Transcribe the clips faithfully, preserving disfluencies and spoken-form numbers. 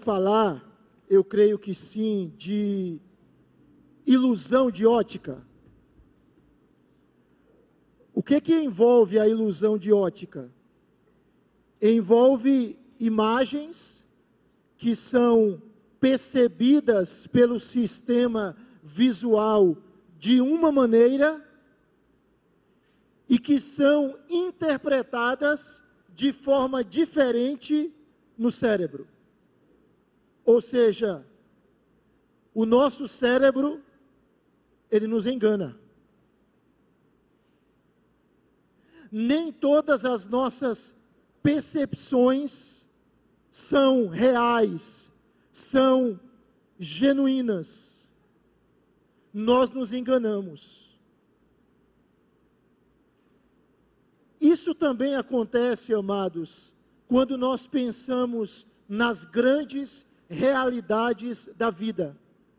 falar, eu creio que sim, de ilusão de ótica. O que que envolve a ilusão de ótica? Envolve imagens que são percebidas pelo sistema visual de uma maneira e que são interpretadas de forma diferente no cérebro. Ou seja, o nosso cérebro, ele nos engana. Nem todas as nossas percepções são reais, são genuínas. Nós nos enganamos. Isso também acontece, amados, quando nós pensamos nas grandes realidades da vida.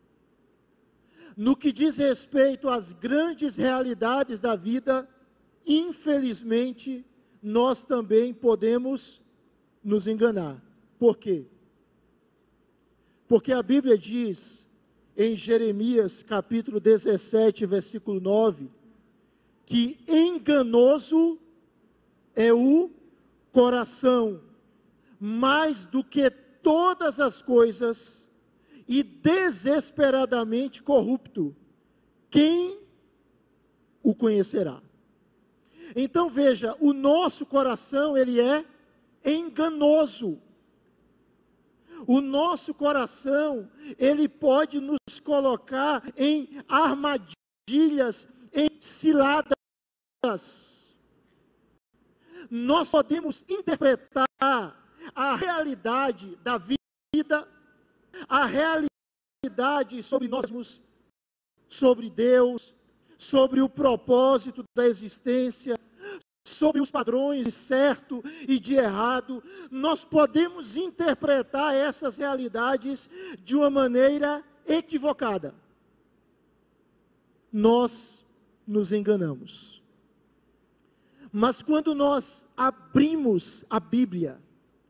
No que diz respeito às grandes realidades da vida, infelizmente, nós também podemos nos enganar. Por quê? Porque a Bíblia diz, em Jeremias capítulo dezessete, versículo nove, que enganoso é o coração, mais do que todas as coisas, e desesperadamente corrupto. Quem o conhecerá? Então veja, o nosso coração, ele é enganoso. O nosso coração, ele pode nos colocar em armadilhas, em ciladas. Nós podemos interpretar a realidade da vida, a realidade sobre nós mesmos, sobre Deus, sobre o propósito da existência, sobre os padrões de certo e de errado. Nós podemos interpretar essas realidades de uma maneira equivocada. Nós nos enganamos. Mas quando nós abrimos a Bíblia,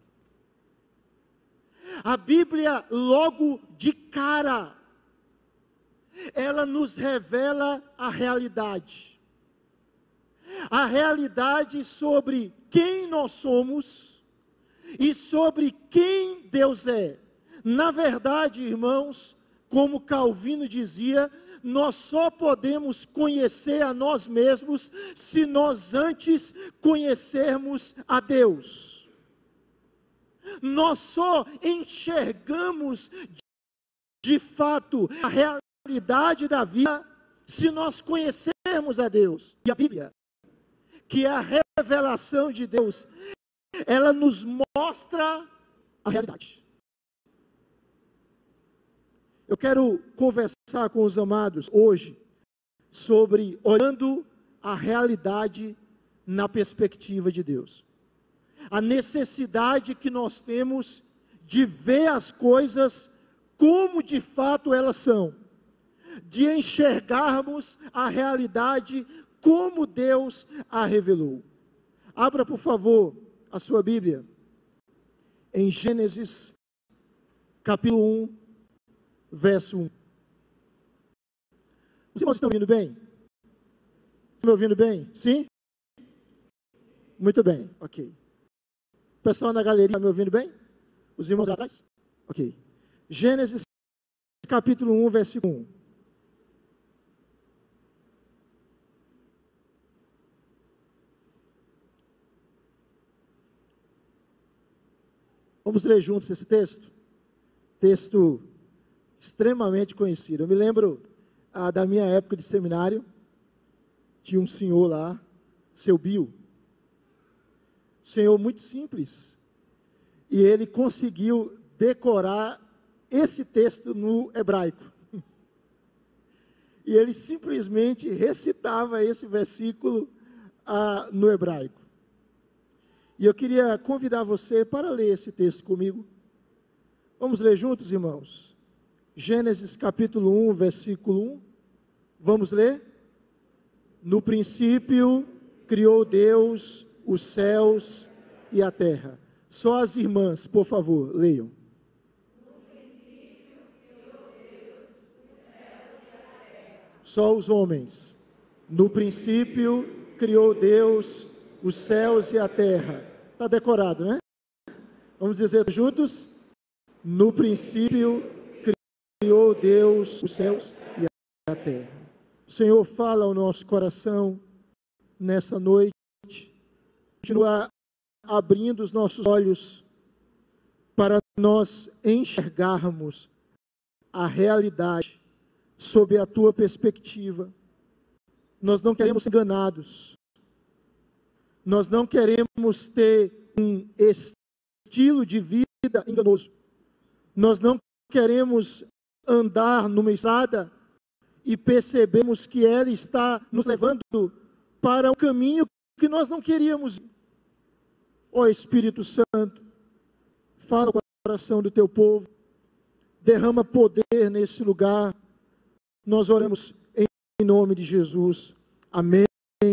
a Bíblia logo de cara, ela nos revela a realidade. A realidade sobre quem nós somos e sobre quem Deus é. Na verdade, irmãos, como Calvino dizia, nós só podemos conhecer a nós mesmos se nós antes conhecermos a Deus. Nós só enxergamos de fato a realidade da vida se nós conhecermos a Deus. E a Bíblia, que é a revelação de Deus, ela nos mostra a realidade. Eu quero conversar com os amados hoje sobre olhando a realidade na perspectiva de Deus. A necessidade que nós temos de ver as coisas como de fato elas são, de enxergarmos a realidade como Deus a revelou. Abra, por favor, a sua Bíblia em Gênesis capítulo um, verso um. Os irmãos estão ouvindo bem? Estão me ouvindo bem? Sim? Muito bem, ok. O pessoal na galeria está me ouvindo bem? Os irmãos lá atrás? Ok. Gênesis capítulo um, versículo um. Vamos ler juntos esse texto? Texto extremamente conhecido. Eu me lembro ah, da minha época de seminário, tinha um senhor lá, seu Bill, senhor muito simples, e ele conseguiu decorar esse texto no hebraico. E ele simplesmente recitava esse versículo ah, no hebraico. E eu queria convidar você para ler esse texto comigo. Vamos ler juntos, irmãos? Gênesis capítulo um, versículo um. Vamos ler? No princípio criou Deus os céus e a terra. Só as irmãs, por favor, leiam. Só os homens. No princípio criou Deus os céus e a terra. Está decorado, né? Vamos dizer juntos? No princípio criou Deus os céus e a terra. O Senhor fala ao nosso coração nessa noite. Continua abrindo os nossos olhos para nós enxergarmos a realidade sob a tua perspectiva. Nós não queremos ser enganados. Nós não queremos ter um estilo de vida enganoso. Nós não queremos andar numa estrada e percebemos que ela está nos levando para um caminho que nós não queríamos ir. Ó Espírito Santo, fala o coração do teu povo, derrama poder nesse lugar. Nós oramos em nome de Jesus. Amém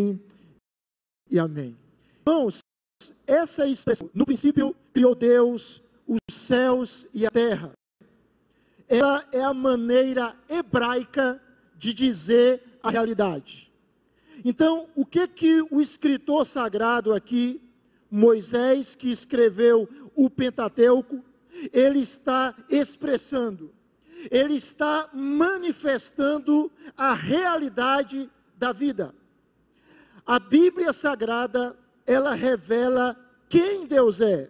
e amém. Irmãos, essa expressão, no princípio criou Deus os céus e a terra, ela é a maneira hebraica de dizer a realidade. Então, o que que o escritor sagrado aqui, Moisés, que escreveu o Pentateuco, ele está expressando, ele está manifestando a realidade da vida. A Bíblia Sagrada, ela revela quem Deus é.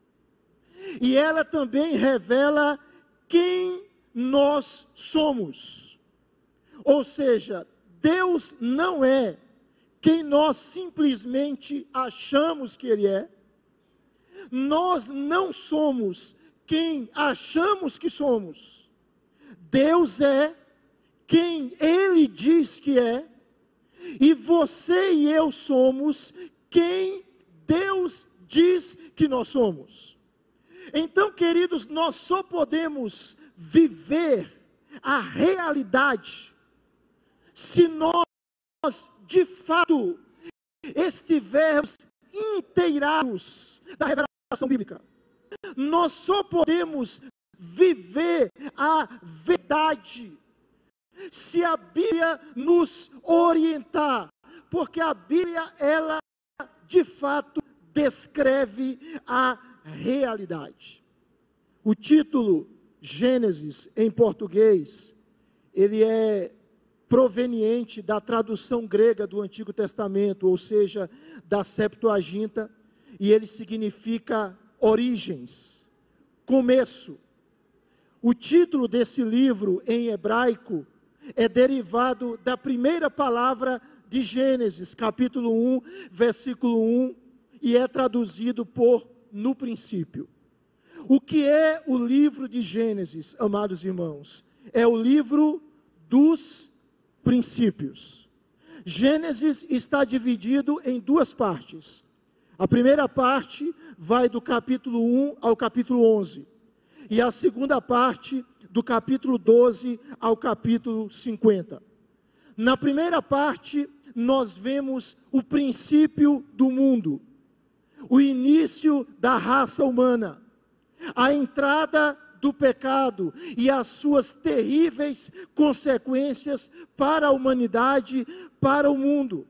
E ela também revela quem nós somos. Ou seja, Deus não é quem nós simplesmente achamos que Ele é. Nós não somos quem achamos que somos. Deus é quem Ele diz que é. E você e eu somos quem Deus diz que nós somos. Então, queridos, nós só podemos viver a realidade se nós, de fato, estivermos inteirados da revelação bíblica. Nós só podemos viver a verdade se a Bíblia nos orientar, porque a Bíblia, ela, de fato, descreve a realidade. O título Gênesis, em português, ele é proveniente da tradução grega do Antigo Testamento, ou seja, da Septuaginta, e ele significa origens, começo. O título desse livro em hebraico é derivado da primeira palavra de Gênesis, capítulo um, versículo um, e é traduzido por no princípio. O que é o livro de Gênesis, amados irmãos? É o livro dos princípios. Gênesis está dividido em duas partes. A primeira parte vai do capítulo um ao capítulo onze. E a segunda parte do capítulo doze ao capítulo cinquenta. Na primeira parte, nós vemos o princípio do mundo, o início da raça humana, a entrada do pecado e as suas terríveis consequências para a humanidade, para o mundo.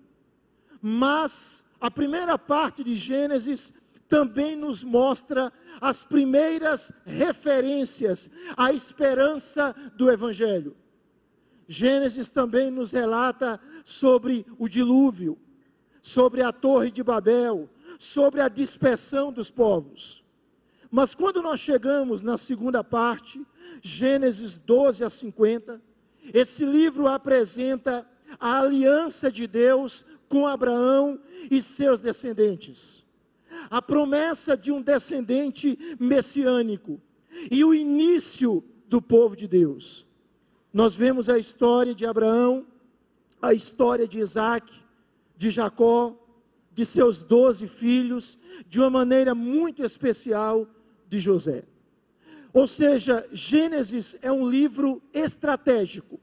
Mas a primeira parte de Gênesis também nos mostra as primeiras referências à esperança do Evangelho. Gênesis também nos relata sobre o dilúvio, sobre a Torre de Babel, sobre a dispersão dos povos. Mas quando nós chegamos na segunda parte, Gênesis doze a cinquenta, esse livro apresenta a aliança de Deus com Abraão e seus descendentes. A promessa de um descendente messiânico e o início do povo de Deus. Nós vemos a história de Abraão, a história de Isaac, de Jacó, de seus doze filhos, de uma maneira muito especial, de José. Ou seja, Gênesis é um livro estratégico.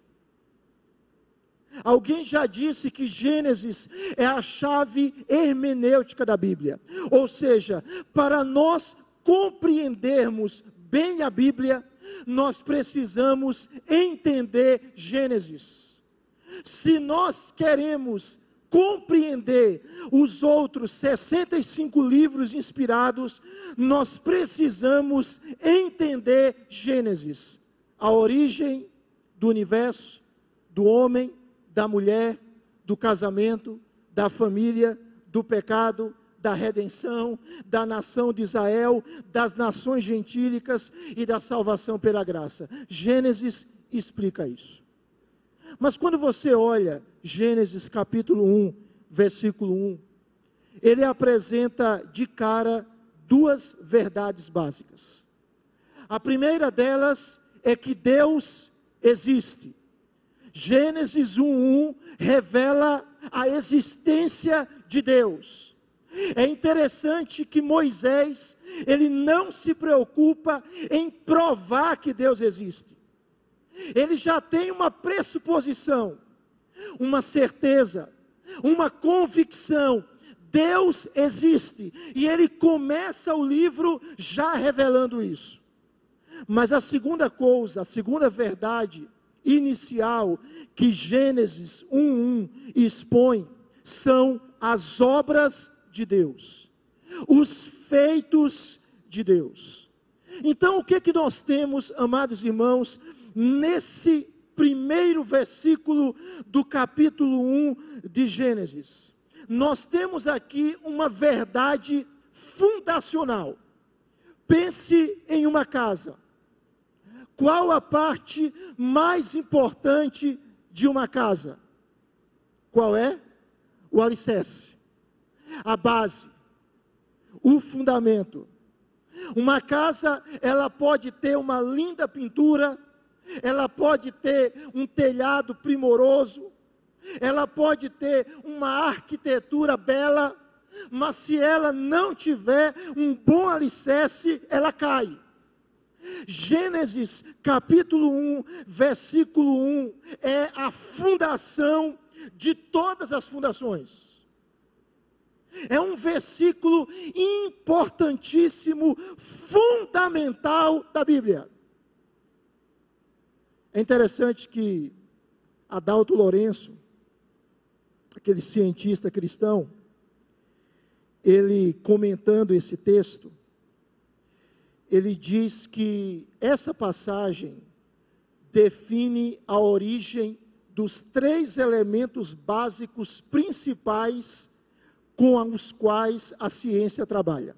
Alguém já disse que Gênesis é a chave hermenêutica da Bíblia. Ou seja, para nós compreendermos bem a Bíblia, nós precisamos entender Gênesis. Se nós queremos compreender os outros sessenta e cinco livros inspirados, nós precisamos entender Gênesis, a origem do universo, do homem, da mulher, do casamento, da família, do pecado, da redenção, da nação de Israel, das nações gentílicas e da salvação pela graça. Gênesis explica isso. Mas quando você olha Gênesis capítulo um, versículo um, ele apresenta de cara duas verdades básicas. A primeira delas é que Deus existe. Gênesis um, um revela a existência de Deus. É interessante que Moisés, ele não se preocupa em provar que Deus existe. Ele já tem uma pressuposição, uma certeza, uma convicção. Deus existe. E ele começa o livro já revelando isso. Mas a segunda coisa, a segunda verdade inicial que Gênesis um, um expõe são as obras de Deus, os feitos de Deus. Então o que que nós temos, amados irmãos, nesse primeiro versículo do capítulo um de Gênesis? Nós temos aqui uma verdade fundacional. Pense em uma casa. Qual a parte mais importante de uma casa? Qual é? O alicerce, a base, o fundamento. Uma casa, ela pode ter uma linda pintura, ela pode ter um telhado primoroso, ela pode ter uma arquitetura bela, mas se ela não tiver um bom alicerce, ela cai. Gênesis capítulo um, versículo um, é a fundação de todas as fundações. É um versículo importantíssimo, fundamental da Bíblia. É interessante que Adalto Lourenço, aquele cientista cristão, ele comentando esse texto, ele diz que essa passagem define a origem dos três elementos básicos principais com os quais a ciência trabalha.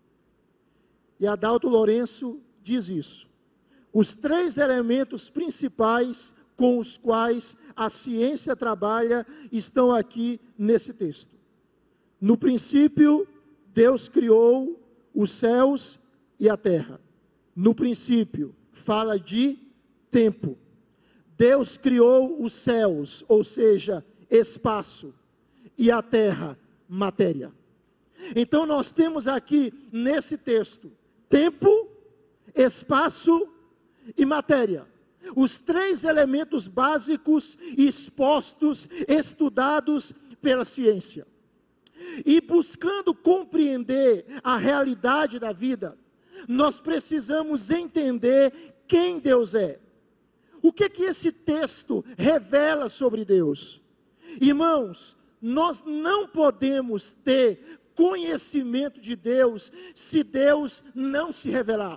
E Adalto Lourenço diz isso. Os três elementos principais com os quais a ciência trabalha estão aqui nesse texto. No princípio, Deus criou os céus e a terra. No princípio, fala de tempo. Deus criou os céus, ou seja, espaço, e a terra, matéria. Então nós temos aqui nesse texto tempo, espaço e matéria. Os três elementos básicos expostos, estudados pela ciência. E buscando compreender a realidade da vida, nós precisamos entender quem Deus é. O que que esse texto revela sobre Deus? Irmãos, nós não podemos ter conhecimento de Deus se Deus não se revelar.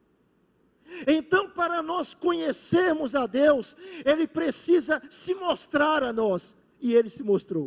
Então, para nós conhecermos a Deus, Ele precisa se mostrar a nós, e Ele se mostrou.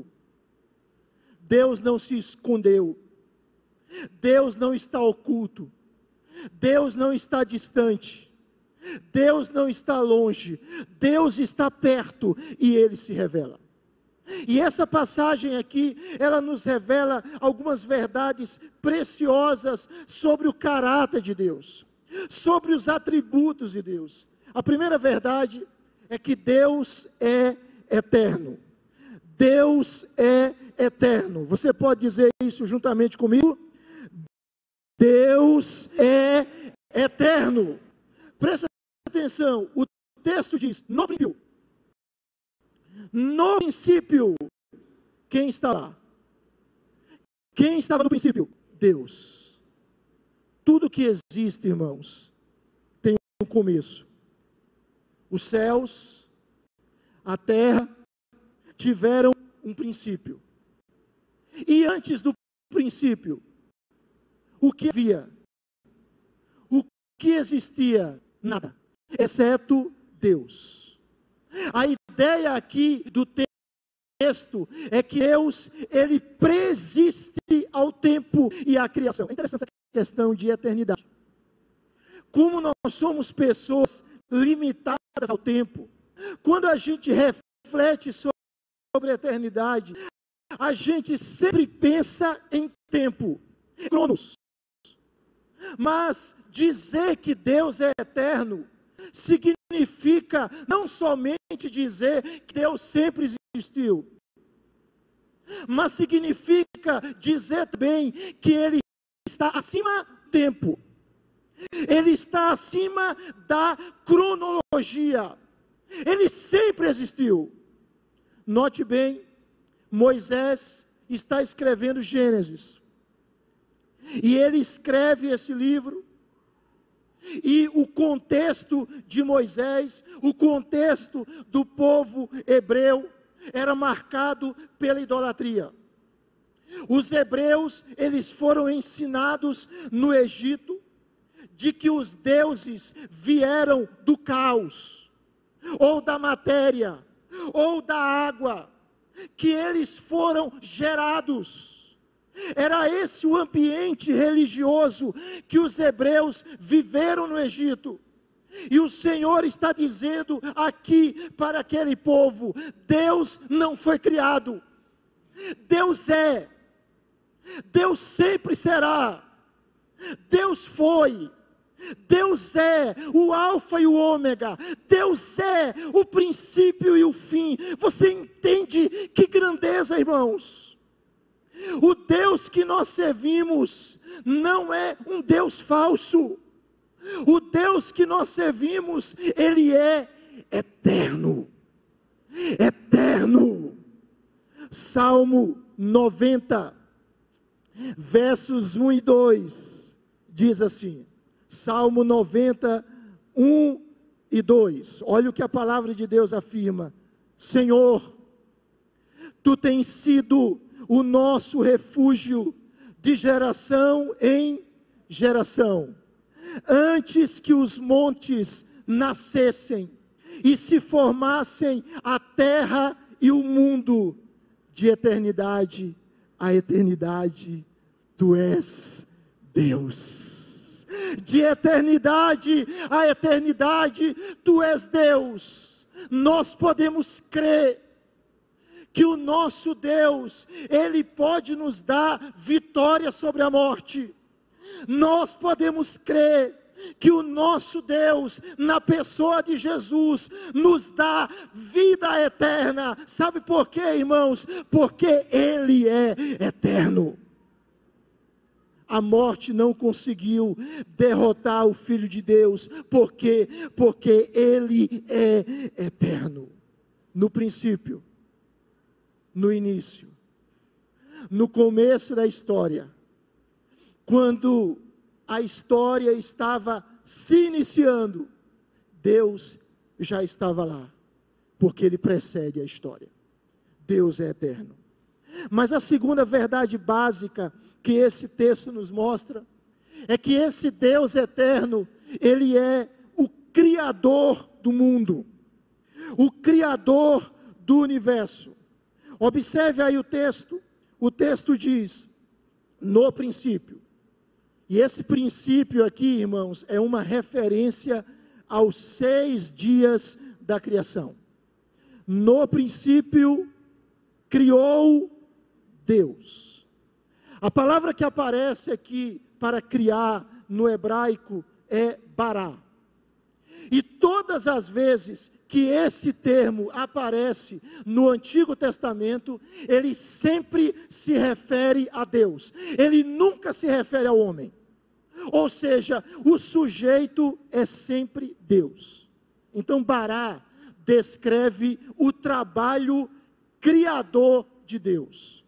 Deus não se escondeu, Deus não está oculto, Deus não está distante, Deus não está longe, Deus está perto e Ele se revela. E essa passagem aqui, ela nos revela algumas verdades preciosas sobre o caráter de Deus, sobre os atributos de Deus. A primeira verdade é que Deus é eterno. Deus é eterno. Você pode dizer isso juntamente comigo? Deus é eterno. Presta atenção, o texto diz, no princípio. No princípio, quem está lá? Quem estava no princípio? Deus. Tudo que existe, irmãos, tem um começo. Os céus, a terra, tiveram um princípio. E antes do princípio, o que havia? O que existia? Nada, exceto Deus. A ideia aqui do texto é que Deus, ele preexiste ao tempo e à criação. É interessante essa questão de eternidade. Como nós somos pessoas limitadas ao tempo, quando a gente reflete sobre a eternidade, a gente sempre pensa em tempo, em cronos. Mas dizer que Deus é eterno significa não somente dizer que Deus sempre existiu, mas significa dizer também que Ele está acima do tempo. Ele está acima da cronologia. Ele sempre existiu. Note bem, Moisés está escrevendo Gênesis. E ele escreve esse livro. E o contexto de Moisés, o contexto do povo hebreu, era marcado pela idolatria. Os hebreus, eles foram ensinados no Egito, de que os deuses vieram do caos, ou da matéria, ou da água, que eles foram gerados. Era esse o ambiente religioso que os hebreus viveram no Egito. E o Senhor está dizendo aqui para aquele povo: Deus não foi criado, Deus é, Deus sempre será, Deus foi, Deus é o alfa e o ômega, Deus é o princípio e o fim. Você entende que grandeza, irmãos? O Deus que nós servimos não é um Deus falso. O Deus que nós servimos, Ele é eterno, eterno. Salmo noventa, versos um e dois, diz assim, Salmo noventa, um e dois, olha o que a palavra de Deus afirma: Senhor, Tu tens sido o nosso refúgio de geração em geração. Antes que os montes nascessem e se formassem a terra e o mundo, de eternidade a eternidade, Tu és Deus. De eternidade a eternidade, Tu és Deus. Nós podemos crer que o nosso Deus, Ele pode nos dar vitória sobre a morte. Nós podemos crer que o nosso Deus, na pessoa de Jesus, nos dá vida eterna. Sabe por quê, irmãos? Porque Ele é eterno. A morte não conseguiu derrotar o Filho de Deus. Por quê? Porque Ele é eterno. No princípio, no início, no começo da história, quando a história estava se iniciando, Deus já estava lá, porque Ele precede a história. Deus é eterno. Mas a segunda verdade básica que esse texto nos mostra, é que esse Deus eterno, Ele é o Criador do mundo, o Criador do universo. Observe aí o texto, o texto diz, no princípio. E esse princípio aqui, irmãos, é uma referência aos seis dias da criação. No princípio, criou Deus. A palavra que aparece aqui para criar no hebraico é bará. E todas as vezes que esse termo aparece no Antigo Testamento, ele sempre se refere a Deus. Ele nunca se refere ao homem. Ou seja, o sujeito é sempre Deus. Então, bará descreve o trabalho criador de Deus.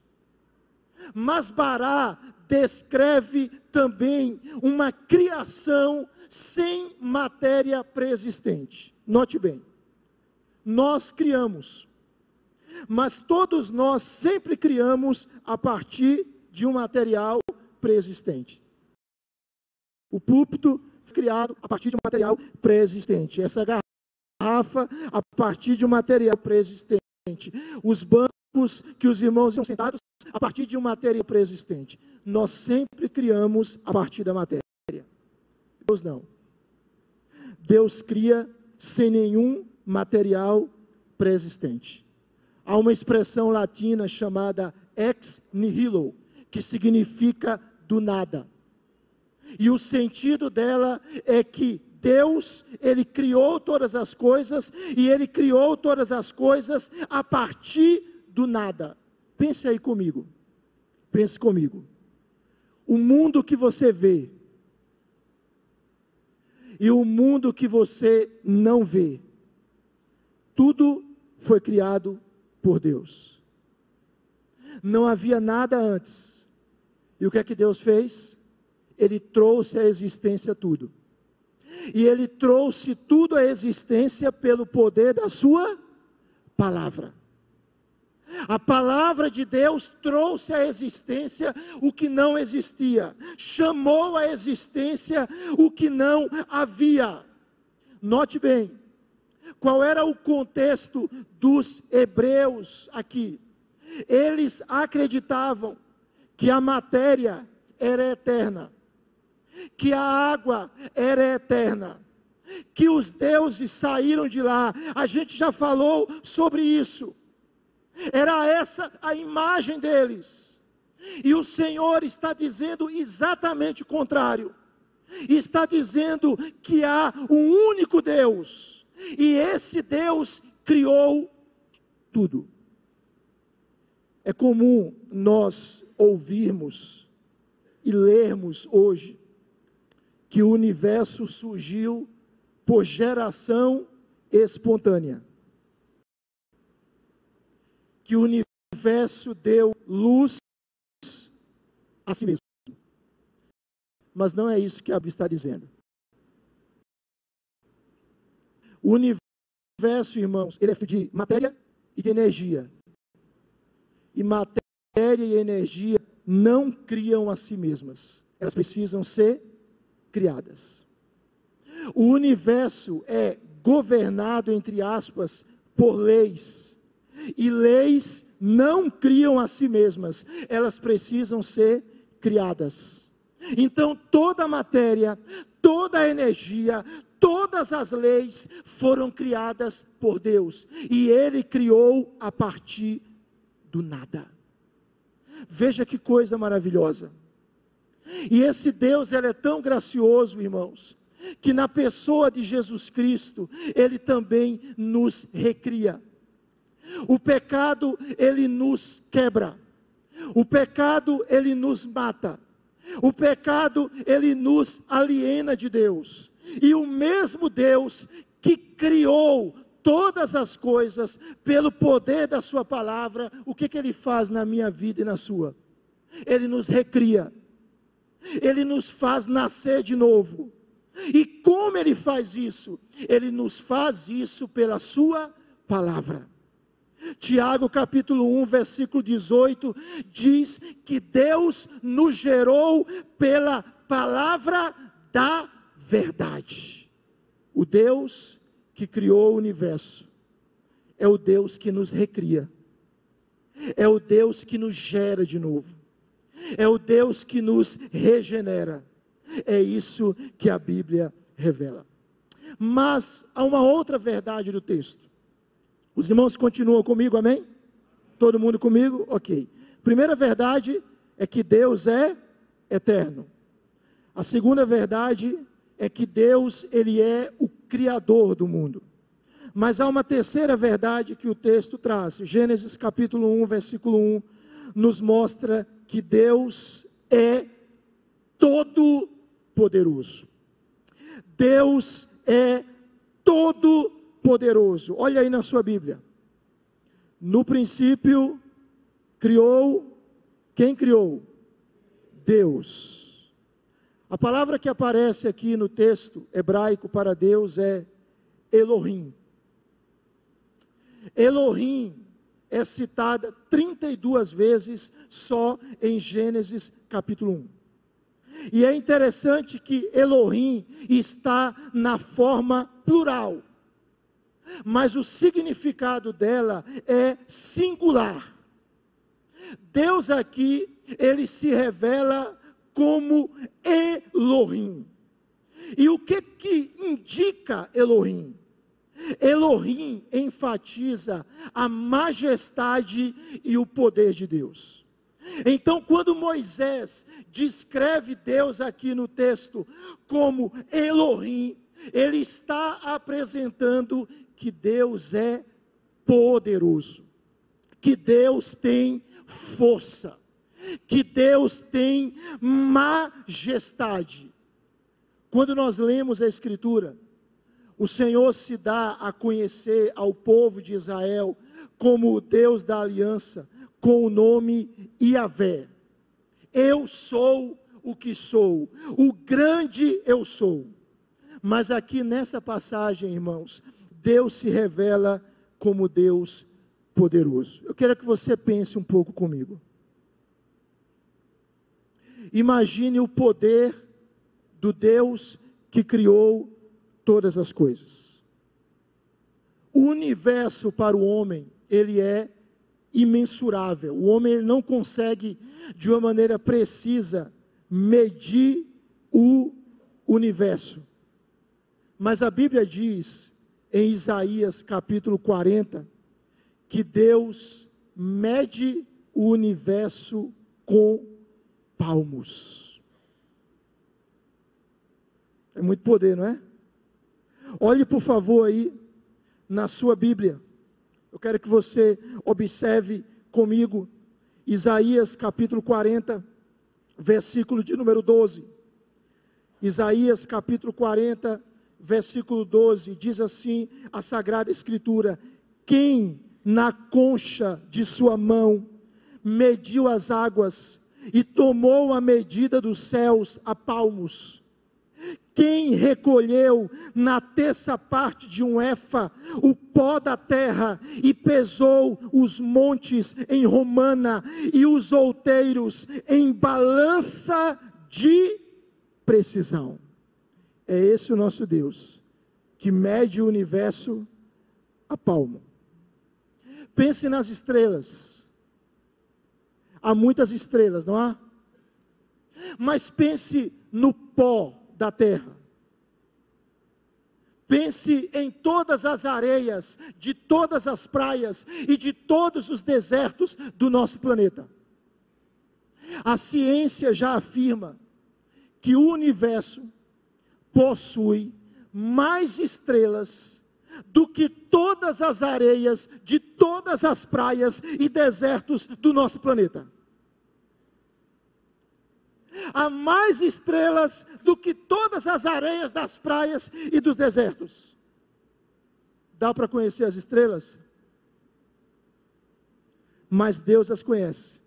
Mas bará descreve também uma criação sem matéria preexistente. Note bem, nós criamos, Mas todos nós sempre criamos a partir de um material pré-existente. O púlpito foi criado a partir de um material pré-existente. Essa garrafa a partir de um material pré-existente. Os bancos que os irmãos estão sentados a partir de um material pré-existente. Nós sempre criamos a partir da matéria. Deus não. Deus cria sem nenhum material pré-existente. Há uma expressão latina chamada ex nihilo, que significa do nada. E o sentido dela é que Deus, Ele criou todas as coisas, e Ele criou todas as coisas a partir do nada. Pense aí comigo, pense comigo. O mundo que você vê, e o mundo que você não vê, tudo foi criado por Deus. Não havia nada antes. E o que é que Deus fez? Ele trouxe à existência tudo. E Ele trouxe tudo à existência pelo poder da sua palavra. A palavra de Deus trouxe à existência o que não existia. Chamou à existência o que não havia. Note bem, qual era o contexto dos hebreus aqui? Eles acreditavam que a matéria era eterna, que a água era eterna, que os deuses saíram de lá. A gente já falou sobre isso. Era essa a imagem deles. E o Senhor está dizendo exatamente o contrário. Está dizendo que há um único Deus. E esse Deus criou tudo. É comum nós ouvirmos e lermos hoje que o universo surgiu por geração espontânea. Que o universo deu luz a si mesmo. Mas não é isso que a Bíblia está dizendo. O universo, irmãos, ele é feito de matéria e de energia. E matéria e energia não criam a si mesmas. Elas precisam ser criadas. O universo é governado, entre aspas, por leis. E leis não criam a si mesmas. Elas precisam ser criadas. Então toda a matéria, toda a energia, todas as leis foram criadas por Deus. E Ele criou a partir do nada. Veja que coisa maravilhosa. E esse Deus, Ele é tão gracioso, irmãos, que na pessoa de Jesus Cristo, Ele também nos recria. O pecado, ele nos quebra. O pecado, ele nos mata. O pecado, ele nos aliena de Deus. E o mesmo Deus que criou todas as coisas pelo poder da sua palavra, o que que Ele faz na minha vida e na sua? Ele nos recria. Ele nos faz nascer de novo. E como Ele faz isso? Ele nos faz isso pela sua palavra. Tiago capítulo um, versículo dezoito, diz que Deus nos gerou pela palavra da verdade. O Deus que criou o universo é o Deus que nos recria, é o Deus que nos gera de novo, é o Deus que nos regenera. É isso que a Bíblia revela. Mas há uma outra verdade do texto. Os irmãos continuam comigo, amém? Todo mundo comigo? Ok. Primeira verdade é que Deus é eterno. A segunda verdade é que Deus, Ele é o Criador do mundo. Mas há uma terceira verdade que o texto traz. Gênesis capítulo um, versículo um, nos mostra que Deus é todo poderoso. Deus é todo poderoso. Olha aí na sua Bíblia. No princípio criou, quem criou? Deus. A palavra que aparece aqui no texto hebraico para Deus é Elohim. Elohim é citada trinta e duas vezes só em Gênesis capítulo um. E é interessante que Elohim está na forma plural, mas o significado dela é singular. Deus aqui, ele se revela como Elohim. E o que que indica Elohim? Elohim enfatiza a majestade e o poder de Deus. Então, quando Moisés descreve Deus aqui no texto como Elohim, ele está apresentando que Deus é poderoso, que Deus tem força, que Deus tem majestade. Quando nós lemos a Escritura, o Senhor se dá a conhecer ao povo de Israel como o Deus da aliança, com o nome Yahvé. Eu sou o que sou, o grande eu sou. Mas aqui nessa passagem, irmãos, Deus se revela como Deus poderoso. Eu quero que você pense um pouco comigo. Imagine o poder do Deus que criou todas as coisas. O universo para o homem, ele é imensurável. O homem ele não consegue de uma maneira precisa medir o universo. Mas a Bíblia diz em Isaías capítulo quarenta que Deus mede o universo com palmos. É muito poder, não é? Olhe por favor aí na sua Bíblia. Eu quero que você observe comigo Isaías capítulo quarenta, versículo de número doze. Isaías capítulo quarenta, versículo doze, diz assim a Sagrada Escritura: quem na concha de sua mão mediu as águas e tomou a medida dos céus a palmos? Quem recolheu na terça parte de um éfa o pó da terra e pesou os montes em romana e os outeiros em balança de precisão? É esse o nosso Deus, que mede o universo a palmo. Pense nas estrelas. Há muitas estrelas, não há? Mas pense no pó da terra. Pense em todas as areias, de todas as praias e de todos os desertos do nosso planeta. A ciência já afirma que o universo possui mais estrelas do que todas as areias de todas as praias e desertos do nosso planeta. Há mais estrelas do que todas as areias das praias e dos desertos. Dá para conhecer as estrelas? Mas Deus as conhece.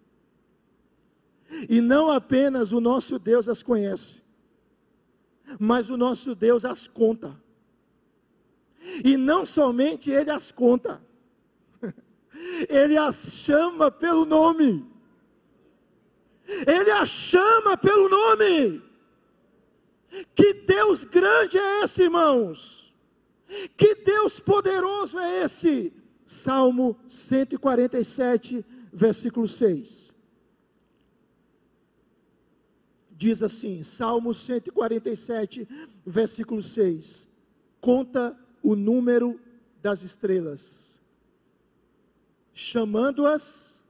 E não apenas o nosso Deus as conhece, mas o nosso Deus as conta. E não somente Ele as conta, Ele as chama pelo nome. Ele a chama pelo nome. Que Deus grande é esse, irmãos? Que Deus poderoso é esse? Salmo cento e quarenta e sete, versículo seis. Diz assim, Salmo cento e quarenta e sete, versículo seis. Conta o número das estrelas, chamando-as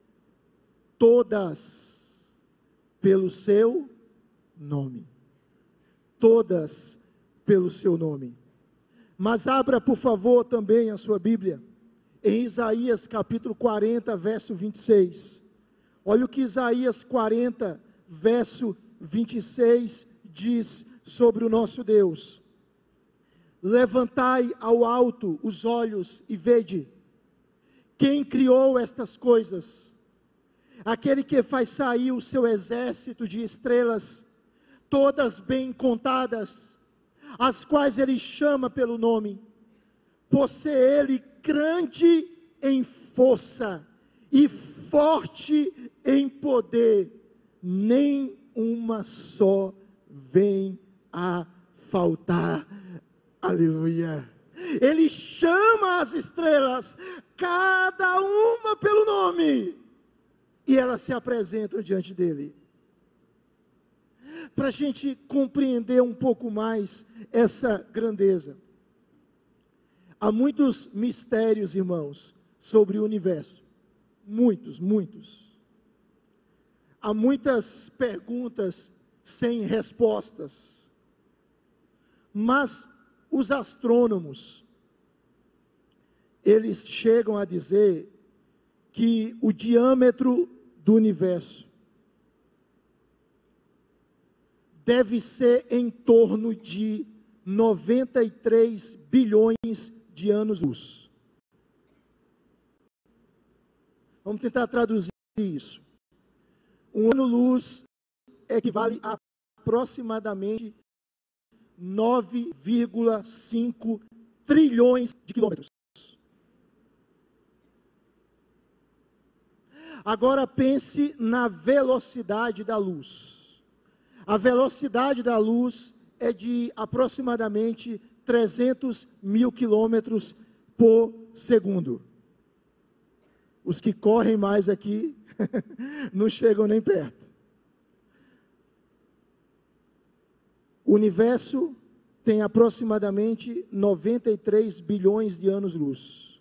todas pelo seu nome. Todas pelo seu nome. Mas abra por favor também a sua Bíblia em Isaías capítulo quarenta, verso vinte e seis. Olha o que Isaías quarenta, verso vinte e seis diz sobre o nosso Deus: levantai ao alto os olhos e vede quem criou estas coisas. Aquele que faz sair o seu exército de estrelas, todas bem contadas, as quais ele chama pelo nome, por ser ele grande em força e forte em poder, nem uma só vem a faltar. Aleluia. Ele chama as estrelas, cada uma pelo nome, e elas se apresentam diante dele. Para a gente compreender um pouco mais essa grandeza, há muitos mistérios, irmãos, sobre o universo. Muitos, muitos. Há muitas perguntas sem respostas. Mas os astrônomos, eles chegam a dizer que o diâmetro do universo deve ser em torno de noventa e três bilhões de anos-luz. Vamos tentar traduzir isso. Um ano-luz equivale a aproximadamente nove vírgula cinco trilhões de quilômetros. Agora pense na velocidade da luz. A velocidade da luz é de aproximadamente trezentos mil quilômetros por segundo. Os que correm mais aqui não chegam nem perto. O universo tem aproximadamente noventa e três bilhões de anos-luz.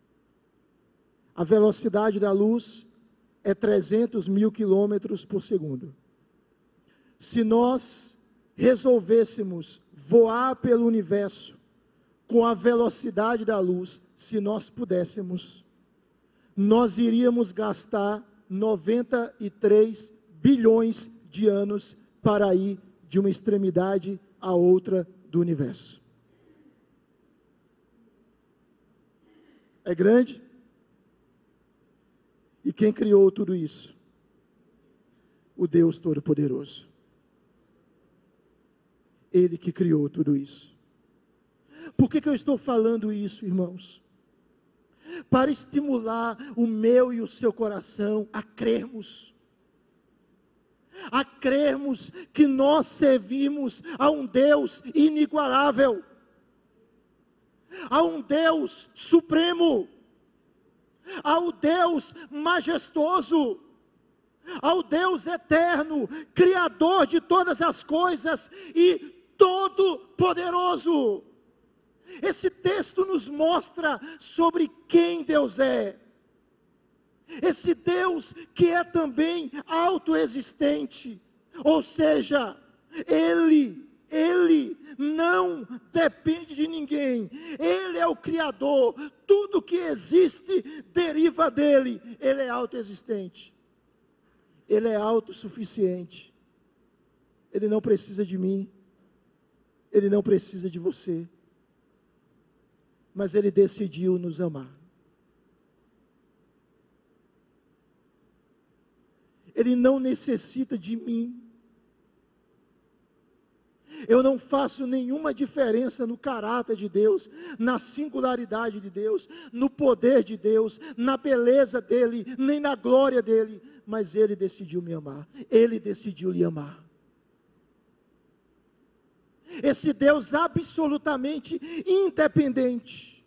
A velocidade da luz é trezentos mil quilômetros por segundo. Se nós resolvêssemos voar pelo universo com a velocidade da luz, se nós pudéssemos, nós iríamos gastar noventa e três bilhões de anos para ir de uma extremidade à outra do universo. É grande? E quem criou tudo isso? O Deus Todo-Poderoso. Ele que criou tudo isso. Por que que eu estou falando isso, irmãos? Para estimular o meu e o seu coração a crermos. A crermos que nós servimos a um Deus inigualável. A um Deus supremo. Ao Deus majestoso. Ao Deus eterno, Criador de todas as coisas e todo-poderoso. Esse texto nos mostra sobre quem Deus é. Esse Deus que é também autoexistente, ou seja, Ele, Ele não depende de ninguém, Ele é o Criador, tudo que existe deriva dEle, Ele é autoexistente, Ele é autossuficiente, Ele não precisa de mim, Ele não precisa de você, mas Ele decidiu nos amar. Ele não necessita de mim. Eu não faço nenhuma diferença no caráter de Deus, na singularidade de Deus, no poder de Deus, na beleza dEle, nem na glória dEle, mas Ele decidiu me amar, Ele decidiu lhe amar. Esse Deus absolutamente independente.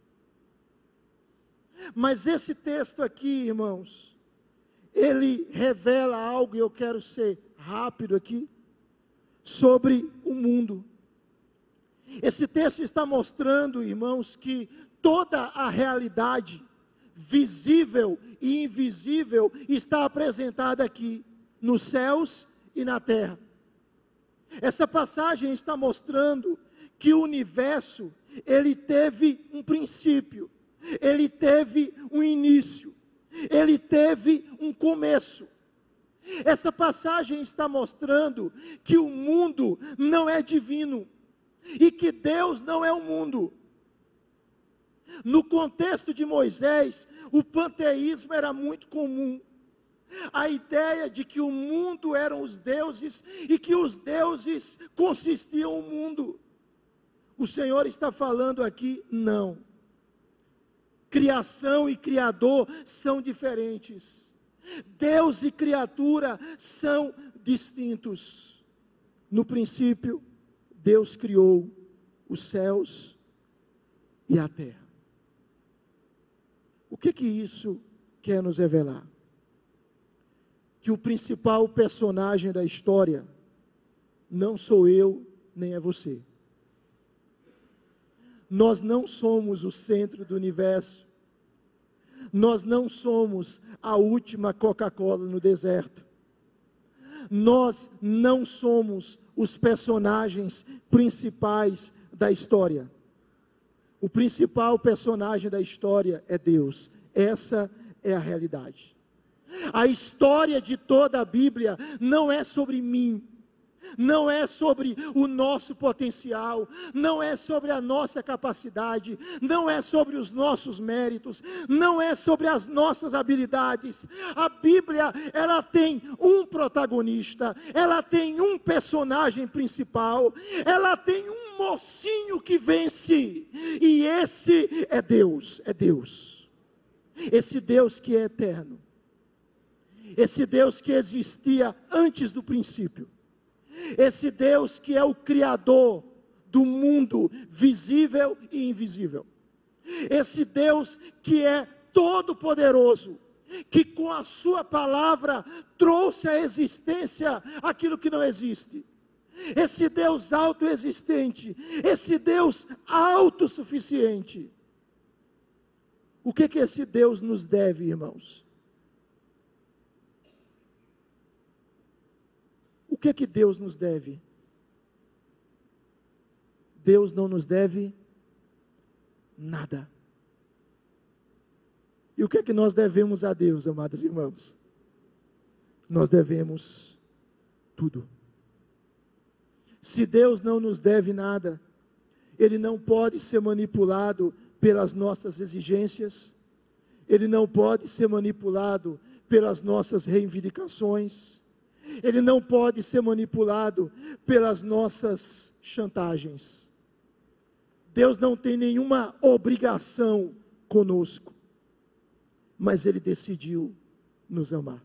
Mas esse texto aqui, irmãos, ele revela algo, e eu quero ser rápido aqui, sobre o mundo. Esse texto está mostrando, irmãos, que toda a realidade, visível e invisível, está apresentada aqui, nos céus e na terra. Essa passagem está mostrando que o universo, ele teve um princípio, ele teve um início, ele teve um começo. Essa passagem está mostrando que o mundo não é divino e que Deus não é o mundo. No contexto de Moisés, o panteísmo era muito comum. A ideia de que o mundo eram os deuses e que os deuses consistiam no mundo. O Senhor está falando aqui, não. criação e criador são diferentes. Deus e criatura são distintos. No princípio, Deus criou os céus e a terra. O que que isso quer nos revelar? Que o principal personagem da história não sou eu, nem é você. Nós não somos o centro do universo. Nós não somos a última Coca-Cola no deserto. Nós não somos os personagens principais da história. O principal personagem da história é Deus. Essa é a realidade. A história de toda a Bíblia não é sobre mim, não é sobre o nosso potencial, não é sobre a nossa capacidade, não é sobre os nossos méritos, não é sobre as nossas habilidades. A Bíblia, ela tem um protagonista, ela tem um personagem principal, ela tem um mocinho que vence, e esse é Deus, é Deus. Esse Deus que é eterno, esse Deus que existia antes do princípio, esse Deus que é o Criador do mundo visível e invisível, esse Deus que é todo-poderoso, que com a sua palavra trouxe à existência aquilo que não existe, esse Deus autoexistente, esse Deus autossuficiente. O que que esse Deus nos deve, irmãos? O que que Deus nos deve? Deus não nos deve nada. E o que é que nós devemos a Deus, amados irmãos? Nós devemos tudo. Se Deus não nos deve nada, Ele não pode ser manipulado pelas nossas exigências, Ele não pode ser manipulado pelas nossas reivindicações, Ele não pode ser manipulado pelas nossas chantagens. Deus não tem nenhuma obrigação conosco, mas Ele decidiu nos amar.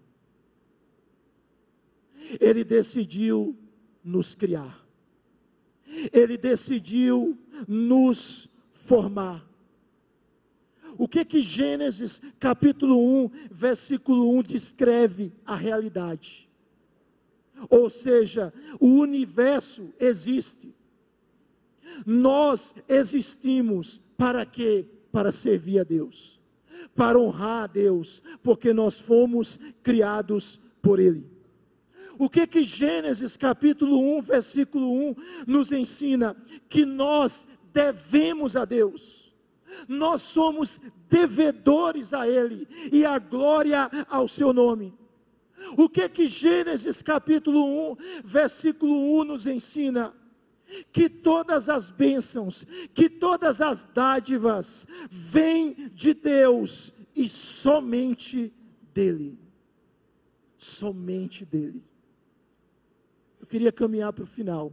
Ele decidiu nos criar. Ele decidiu nos formar. O que que Gênesis capítulo um, versículo um descreve a realidade? Ou seja, o universo existe. Nós existimos para quê? Para servir a Deus, para honrar a Deus, porque nós fomos criados por Ele. O que que Gênesis capítulo um, versículo um nos ensina? Que nós devemos a Deus. Nós somos devedores a Ele e a glória ao seu nome. O que que Gênesis capítulo um, versículo um nos ensina? Que todas as bênçãos, que todas as dádivas vêm de Deus e somente dEle. Somente dEle. Eu queria caminhar para o final.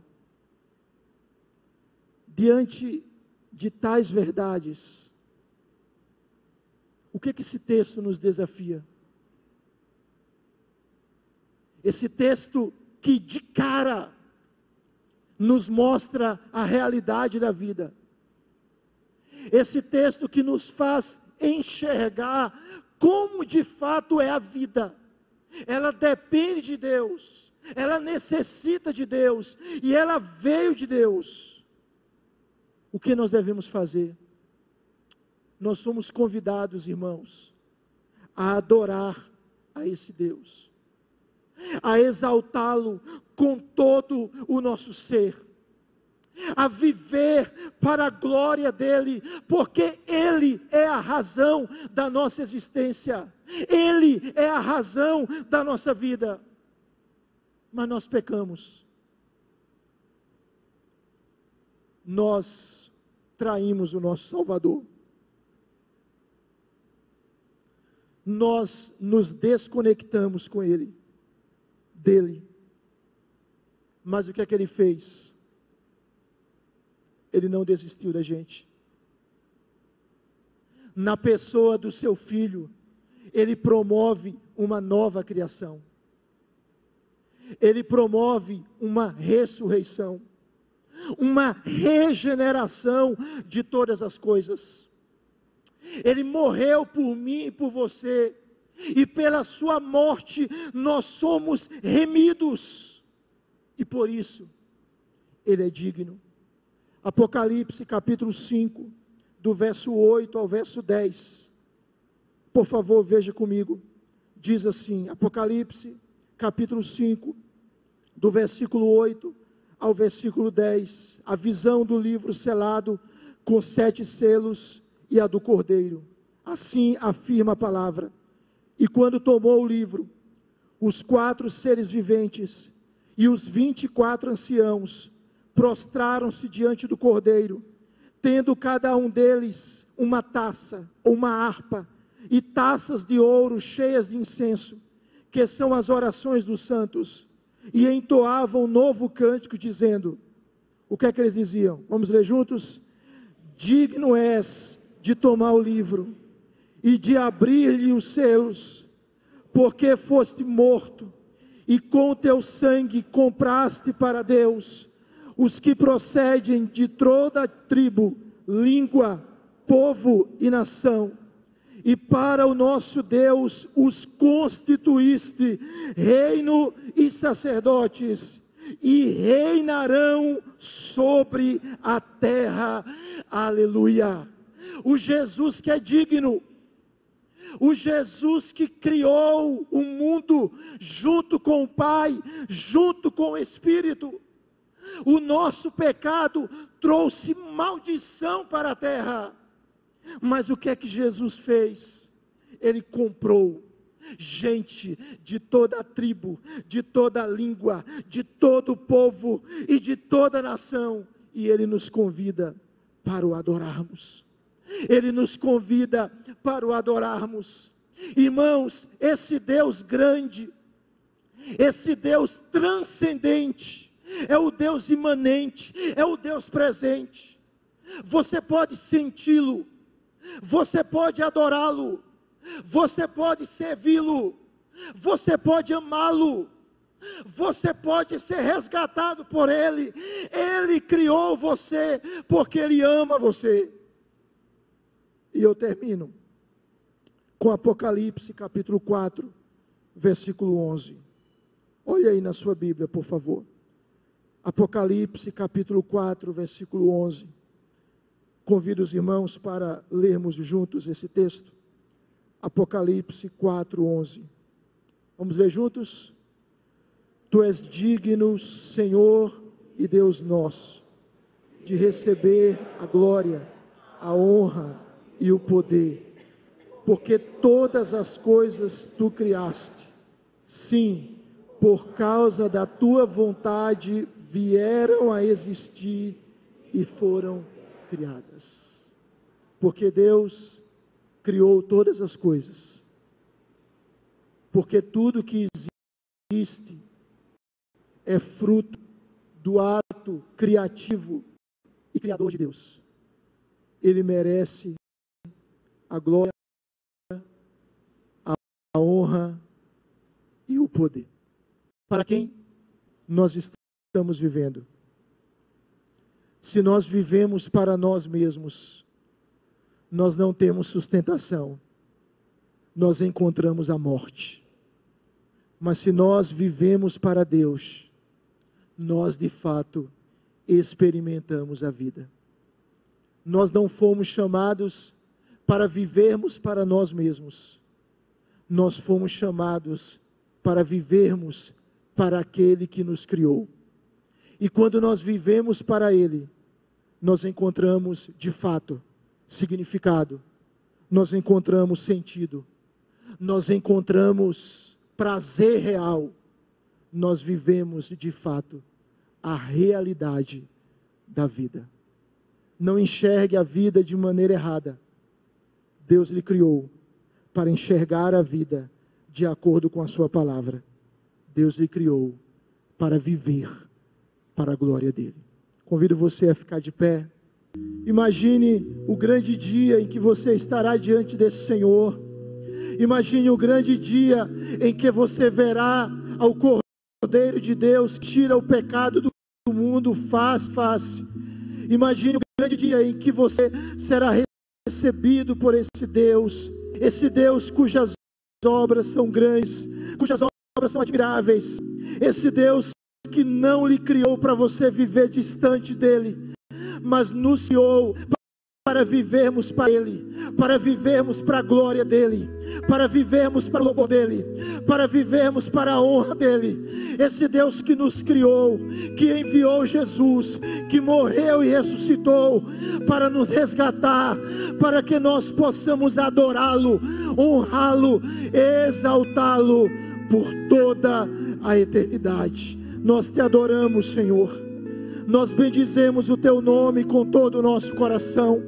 Diante de tais verdades, o que que esse texto nos desafia? Esse texto que de cara nos mostra a realidade da vida. Esse texto que nos faz enxergar como de fato é a vida. Ela depende de Deus, ela necessita de Deus e ela veio de Deus. O que nós devemos fazer? Nós somos convidados, irmãos, a adorar a esse Deus, a exaltá-lo com todo o nosso ser, a viver para a glória dEle, porque Ele é a razão da nossa existência, Ele é a razão da nossa vida. Mas nós pecamos, nós traímos o nosso Salvador, nós nos desconectamos com Ele, dele. Mas o que é que Ele fez? Ele não desistiu da gente. na pessoa do seu Filho, Ele promove uma nova criação. Ele promove uma ressurreição, uma regeneração de todas as coisas. Ele morreu por mim e por você, e pela sua morte nós somos remidos, e por isso Ele é digno. Apocalipse capítulo cinco, do verso oito ao verso dez, por favor veja comigo, diz assim, Apocalipse capítulo cinco, do versículo oito ao versículo dez, a visão do livro selado com sete selos e a do Cordeiro. Assim afirma a palavra. E quando tomou o livro, os quatro seres viventes e os vinte e quatro anciãos prostraram-se diante do Cordeiro, tendo cada um deles uma taça ou uma harpa e taças de ouro cheias de incenso, que são as orações dos santos, e entoavam um novo cântico, dizendo, o que é que eles diziam? Vamos ler juntos? Digno és de tomar o livro, e de abrir-lhe os selos, porque foste morto, e com teu sangue compraste para Deus, os que procedem de toda tribo, língua, povo e nação, e para o nosso Deus os constituíste reino e sacerdotes, e reinarão sobre a terra. Aleluia! O Jesus que é digno, o Jesus que criou o mundo junto com o Pai, junto com o Espírito. O nosso pecado trouxe maldição para a terra, mas o que é que Jesus fez? Ele comprou gente de toda a tribo, de toda a língua, de todo o povo e de toda a nação, e Ele nos convida para o adorarmos. Ele nos convida para o adorarmos. Irmãos, esse Deus grande, esse Deus transcendente, é o Deus imanente, é o Deus presente. Você pode senti-lo, você pode adorá-lo, você pode servi-lo, você pode amá-lo, você pode ser resgatado por Ele. Ele criou você porque Ele ama você. E eu termino com Apocalipse capítulo quatro, versículo onze. Olha aí na sua Bíblia, por favor. Apocalipse capítulo quatro, versículo onze. Convido os irmãos para lermos juntos esse texto. Apocalipse quatro, onze. Vamos ler juntos? Tu és digno, Senhor e Deus nosso, de receber a glória, a honra e o poder, porque todas as coisas tu criaste. Sim, por causa da tua vontade vieram a existir e foram criadas. Porque Deus criou todas as coisas. Porque tudo que existe é fruto do ato criativo e criador de Deus. Ele merece a glória, a honra e o poder. Para quem nós estamos vivendo? Se nós vivemos para nós mesmos, nós não temos sustentação, nós encontramos a morte. Mas se nós vivemos para Deus, nós de fato experimentamos a vida. Nós não fomos chamados para vivermos para nós mesmos, nós fomos chamados para vivermos para aquele que nos criou. E quando nós vivemos para Ele, nós encontramos de fato significado, nós encontramos sentido, nós encontramos prazer real, nós vivemos de fato a realidade da vida. Não enxergue a vida de maneira errada. Deus lhe criou para enxergar a vida de acordo com a sua palavra. Deus lhe criou para viver para a glória dele. Convido você a ficar de pé. Imagine o grande dia em que você estará diante desse Senhor. Imagine o grande dia em que você verá ao Cordeiro de Deus que tira o pecado do mundo face a face. Imagine o grande dia em que você será recebido por esse Deus, esse Deus cujas obras são grandes, cujas obras são admiráveis, esse Deus que não lhe criou para você viver distante dele, mas nos criou para vivermos para Ele, para vivermos para a glória dEle, para vivermos para o louvor dEle, para vivermos para a honra dEle. Esse Deus que nos criou, que enviou Jesus, que morreu e ressuscitou para nos resgatar, para que nós possamos adorá-lo, honrá-lo, exaltá-lo por toda a eternidade. Nós te adoramos, Senhor. Nós bendizemos o teu nome com todo o nosso coração.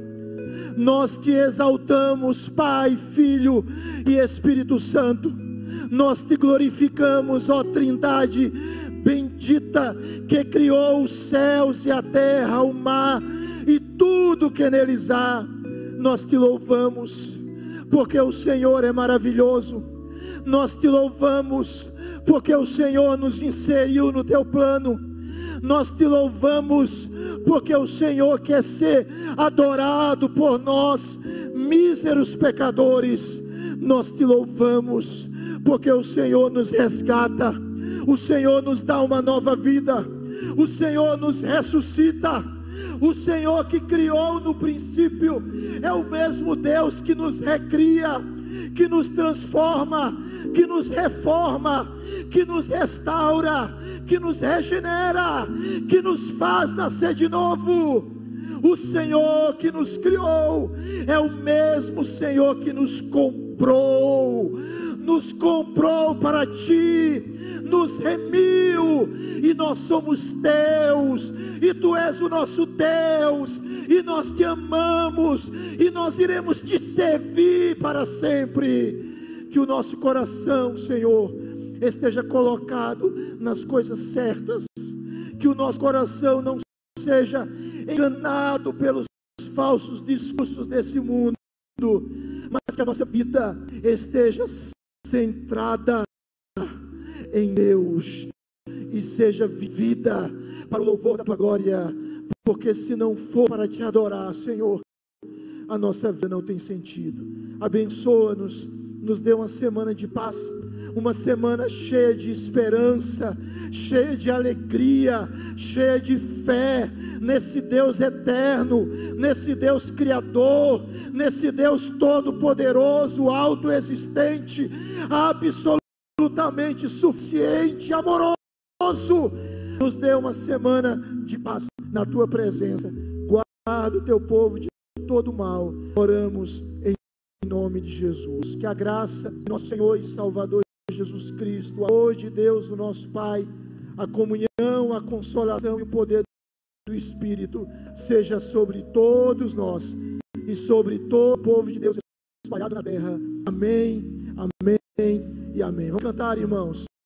Nós te exaltamos, Pai, Filho e Espírito Santo. Nós te glorificamos, ó Trindade bendita, que criou os céus e a terra, o mar e tudo que neles há. Nós te louvamos, porque o Senhor é maravilhoso. Nós te louvamos, porque o Senhor nos inseriu no teu plano. Nós te louvamos, porque o Senhor quer ser adorado por nós, míseros pecadores. Nós te louvamos, porque o Senhor nos resgata, o Senhor nos dá uma nova vida, o Senhor nos ressuscita. O Senhor que criou no princípio é o mesmo Deus que nos recria, que nos transforma, que nos reforma, que nos restaura, que nos regenera, que nos faz nascer de novo. O Senhor que nos criou é o mesmo Senhor que nos comprou, nos comprou para ti, nos remiu, e nós somos teus, e tu és o nosso Deus, e nós te amamos, e nós iremos te servir para sempre. Que o nosso coração, Senhor, esteja colocado nas coisas certas, que o nosso coração não seja enganado pelos falsos discursos desse mundo, mas que a nossa vida esteja centrada em Deus e seja vivida para o louvor da tua glória, porque se não for para te adorar, Senhor, a nossa vida não tem sentido. Abençoa-nos, nos dê uma semana de paz, uma semana cheia de esperança, cheia de alegria, cheia de fé nesse Deus eterno, nesse Deus criador, nesse Deus todo-poderoso, autoexistente, absolutamente suficiente, amoroso. Nos dê uma semana de paz na tua presença. Guarda o teu povo de todo mal. Oramos em nome de Jesus. Que a graça de nosso Senhor e Salvador Jesus Cristo, o amor de Deus, o nosso Pai, a comunhão, a consolação e o poder do Espírito seja sobre todos nós e sobre todo o povo de Deus espalhado na terra. Amém, amém e amém. Vamos cantar, irmãos.